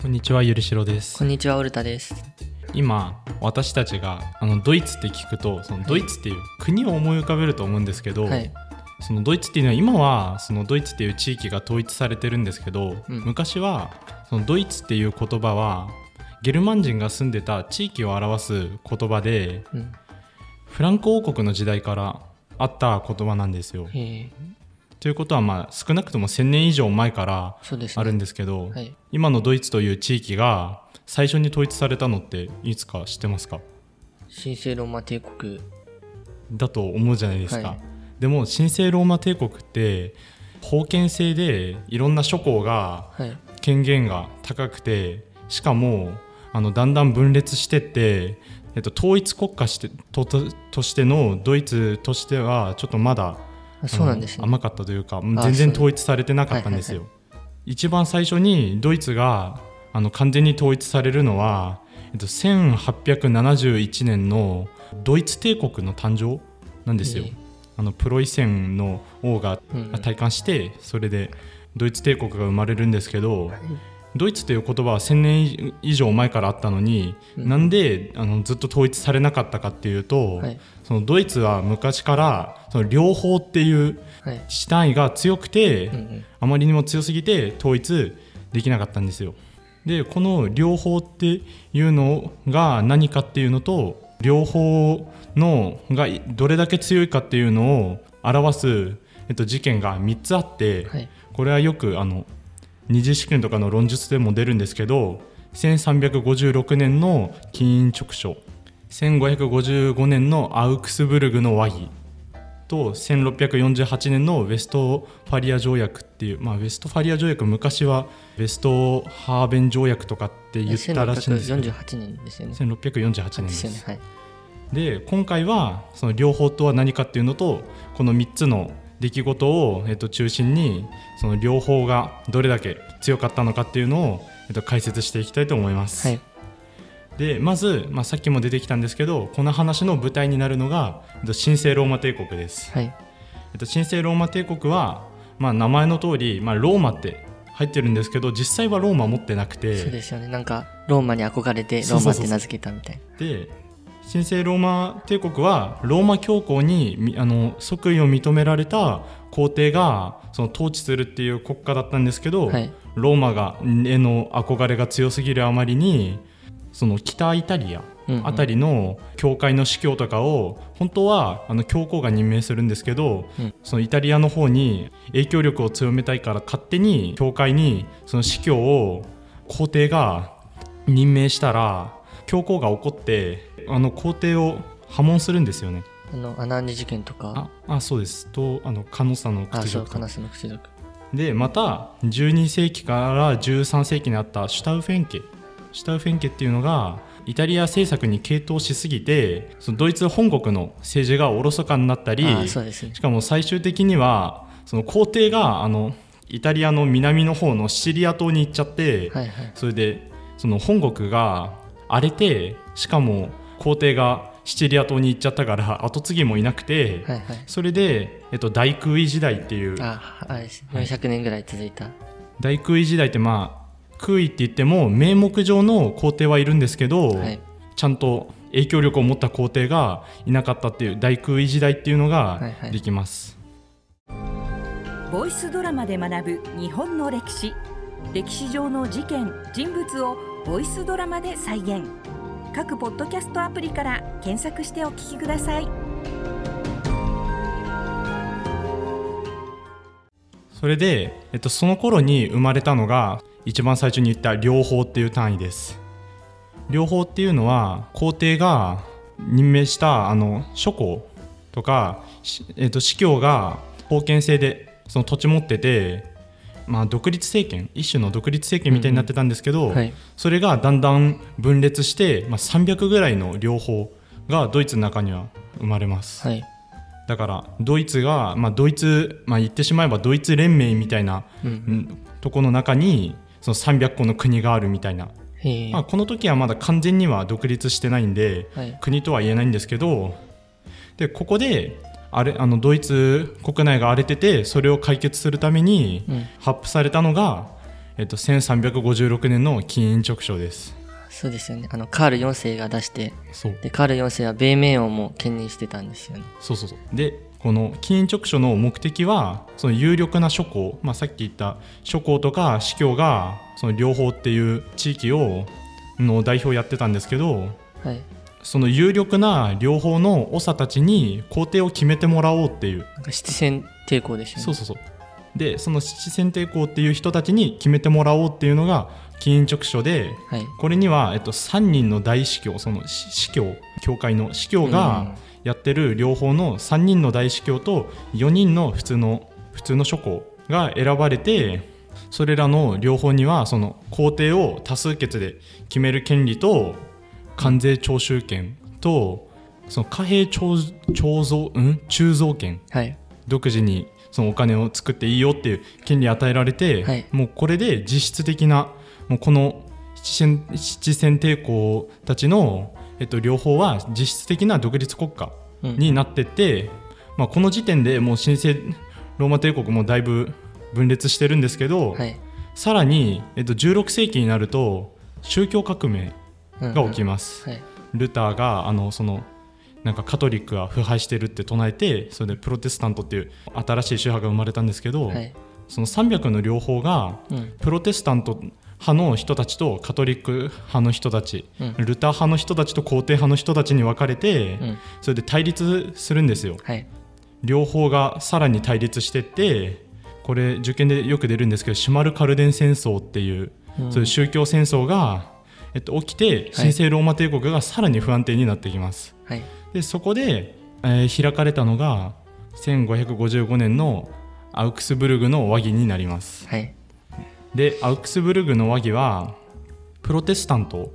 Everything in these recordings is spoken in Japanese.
こんにちは、ゆりしろです。 こんにちは、オルタです。 今私たちがドイツって聞くと、そのドイツっていう国を思い浮かべると思うんですけど、 はい、 そのドイツっていうのは今はそのドイツっていう地域が統一されてるんですけど、昔はそのドイツっていう言葉はゲルマン人が住んでた地域を表す言葉で、フランク王国の時代からあった言葉なんですよ。ということは少なくとも1000年以上前からあるんですけど、今のドイツという地域が最初に統一されたのっていつか知ってますか？ 神聖ローマ帝国だと思うじゃないですか。でも神聖ローマ帝国って封建制でいろんな諸侯が権限が高くて、しかもだんだん分裂してって、統一国家としてのドイツとしてはちょっとまだそうなんですね、 甘かったというか、全然統一されてなかったんですよ。一番最初にドイツが完全に統一されるのは、1871年のドイツ帝国の誕生なんですよ。プロイセンの王が戴冠して、それでドイツ帝国が生まれるんですけど、ドイツという言葉は1000年以上前からあったのに、なんでずっと統一されなかったかっていうと、そのドイツは昔からその両方っていう自治単位が強くて、あまりにも強すぎて統一できなかったんですよ。でこの両方っていうのが何かっていうのと、両方のがどれだけ強いかっていうのを表す、事件が3つあって、これはよく二次試験とかの論述でも出るんですけど、1356年の金印直書、1555年のアウクスブルグの和議と1648年のウェストファリア条約っていう、ウェストファリア条約、昔はウェストハーベン条約とかって言ったらしいんですけど、 1648年ですよね。 1648年です。 ですよね。 で今回はその両方とは何かっていうのと、この3つの出来事を中心に、その両方がどれだけ強かったのかっていうのを解説していきたいと思います。でまず、さっきも出てきたんですけど、この話の舞台になるのが神聖ローマ帝国です。神聖ローマ帝国は、名前の通り、ローマって入ってるんですけど、実際はローマ持ってなくて、 そうですよね。なんかローマに憧れてローマって名付けたみたいな。 で神聖ローマ帝国はローマ教皇に即位を認められた皇帝がその統治するっていう国家だったんですけど、ローマへの憧れが強すぎるあまりに、その北イタリアあたりの教会の司教とかを本当は教皇が任命するんですけど、そのイタリアの方に影響力を強めたいから勝手に教会にその司教を皇帝が任命したら、教皇が怒って皇帝を破門するんですよね。 アナンジ事件とか。 そうですと、カノサの屈辱で、また12世紀から13世紀にあったシュタウフェン家っていうのがイタリア政策に傾倒しすぎて、そのドイツ本国の政治がおろそかになったり、しかも最終的にはその皇帝がイタリアの南の方のシチリア島に行っちゃって、それでその本国が荒れて、しかも皇帝がシチリア島に行っちゃったから後継ぎもいなくて、それで、大空位時代っていう、 400年ぐらい続いた大空位時代って、空位って言っても名目上の皇帝はいるんですけど、ちゃんと影響力を持った皇帝がいなかったっていう大空位時代っていうのができます。 ボイスドラマで学ぶ日本の歴史上の事件人物をボイスドラマで再現。各ポッドキャストアプリから検索してお聞きください。 それで、その頃に生まれたのが一番最初に言った両方っていう単位です。両方っていうのは皇帝が任命した諸侯とか、司教が封建制でその土地持ってて、独立政権、一種の独立政権みたいになってたんですけど、それがだんだん分裂して、300ぐらいの両方がドイツの中には生まれます。だからドイツが、言ってしまえばドイツ連盟みたいな、とこの中にその300個の国があるみたいな、この時はまだ完全には独立してないんで、国とは言えないんですけど、でここでドイツ国内が荒れてて、それを解決するために発布されたのが、 1356年の金印直書です。 そうですよね。カール4世が出して、 そうでカール4世は米名王も兼任してたんですよね。 そうでこの金印直書の目的はその有力な諸侯、さっき言った諸侯とか司教がその両方っていう地域の代表をやってたんですけど、 はい、 その有力な両方の長たちに皇帝を決めてもらおうっていう、 なんか七宣帝公でしょうね。 そうでその七宣帝公っていう人たちに決めてもらおうっていうのが金印直書で、 はい、 これには、3人の大司教、その司教、教会の司教がやってる両方の3人の大司教と4人の普通の諸侯が選ばれて、それらの両方にはその皇帝を多数決で決める権利と関税徴収権とその貨幣鋳造権、 はい、 独自にそのお金を作っていいよっていう権利与えられて、 はい、 もうこれで実質的なもうこの七宣帝公たちの、両方は実質的な独立国家になってって、この時点でもう神聖ローマ帝国もだいぶ分裂してるんですけど、 はい、 さらに、16世紀になると宗教革命が起きます、 はい、 ルターがそのなんかカトリックが腐敗してるって唱えて、それでプロテスタントっていう新しい宗派が生まれたんですけど、 はい、 その300の両方がプロテスタント派の人たちとカトリック派の人たち、ルター派の人たちと皇帝派の人たちに分かれて、それで対立するんですよ、 はい、 両方がさらに対立してって、これ受験でよく出るんですけどシュマルカルデン戦争っていう、そういう宗教戦争が、起きて神聖ローマ帝国がさらに不安定になってきます、 はい、 でそこで、開かれたのが1555年のアウクスブルグの和議になります、 はい、 でアウクスブルグの和議はプロテスタント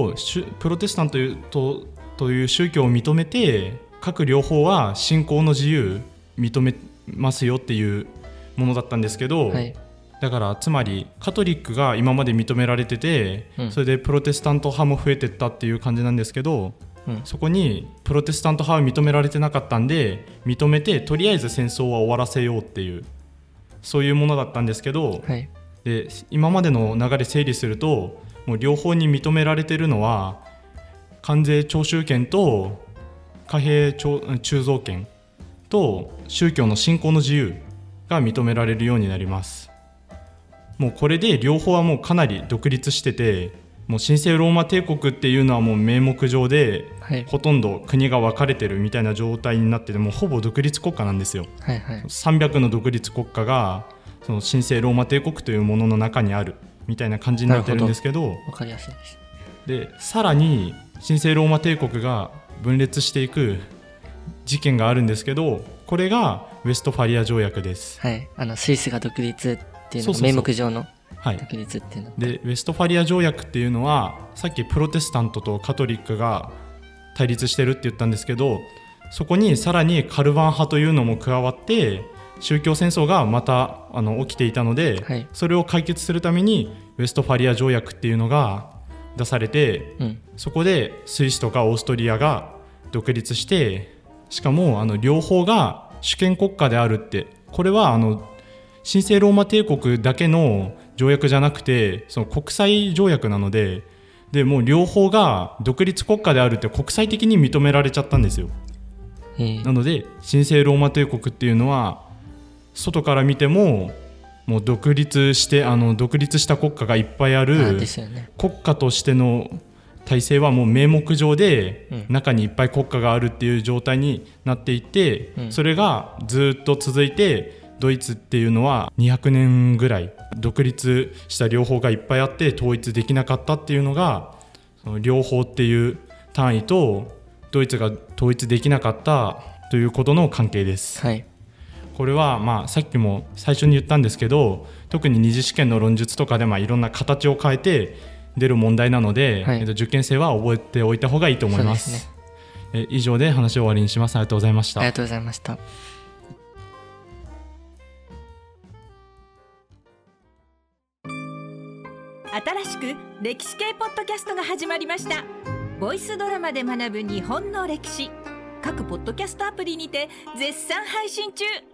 という宗教を認めて、各両方は信仰の自由認めますよっていうものだったんですけど、 はい、 だからつまりカトリックが今まで認められてて、それでプロテスタント派も増えてったっていう感じなんですけど、そこにプロテスタント派は認められてなかったんで、認めてとりあえず戦争は終わらせようっていう、そういうものだったんですけど、 はい、 で今までの流れ整理すると、もう両方に認められてるのは関税徴収権と貨幣鋳造権と宗教の信仰の自由が認められるようになります。もうこれで両方はもうかなり独立してて、もう神聖ローマ帝国っていうのはもう名目上で、 はい、 ほとんど国が分かれてるみたいな状態になってて、もうほぼ独立国家なんですよ、 はいはい、 300の独立国家がその神聖ローマ帝国というものの中にあるみたいな感じになってるんですけど、 分かりやすいです。 でさらに神聖ローマ帝国が分裂していく事件があるんですけど、これがウェストファリア条約です、 はい、スイスが独立っていうのが名目上の独立っていうの、 でウェストファリア条約っていうのは、さっきプロテスタントとカトリックが対立してるって言ったんですけど、そこにさらにカルバン派というのも加わって宗教戦争がまた起きていたので、 はい、 それを解決するためにウェストファリア条約っていうのが出されて、そこでスイスとかオーストリアが独立して、しかも両方が主権国家であるって、これは神聖ローマ帝国だけの条約じゃなくて、その国際条約なので、もう両方が独立国家であるって国際的に認められちゃったんですよ。なので神聖ローマ帝国っていうのは外から見てももう独立した国家がいっぱいある、国家としての体制はもう名目上で中にいっぱい国家があるっていう状態になっていて、それがずっと続いて、ドイツっていうのは200年ぐらい独立した両方がいっぱいあって統一できなかったっていうのが、その両方っていう単位とドイツが統一できなかったということの関係です、はい、これはさっきも最初に言ったんですけど、特に二次試験の論述とかでいろんな形を変えて出る問題なので、はい、受験生は覚えておいた方がいいと思います。そうですね。以上で話を終わりにします。ありがとうございました。 ありがとうございました。 新しく歴史系ポッドキャストが始まりました。ボイスドラマで学ぶ日本の歴史、各ポッドキャストアプリにて絶賛配信中。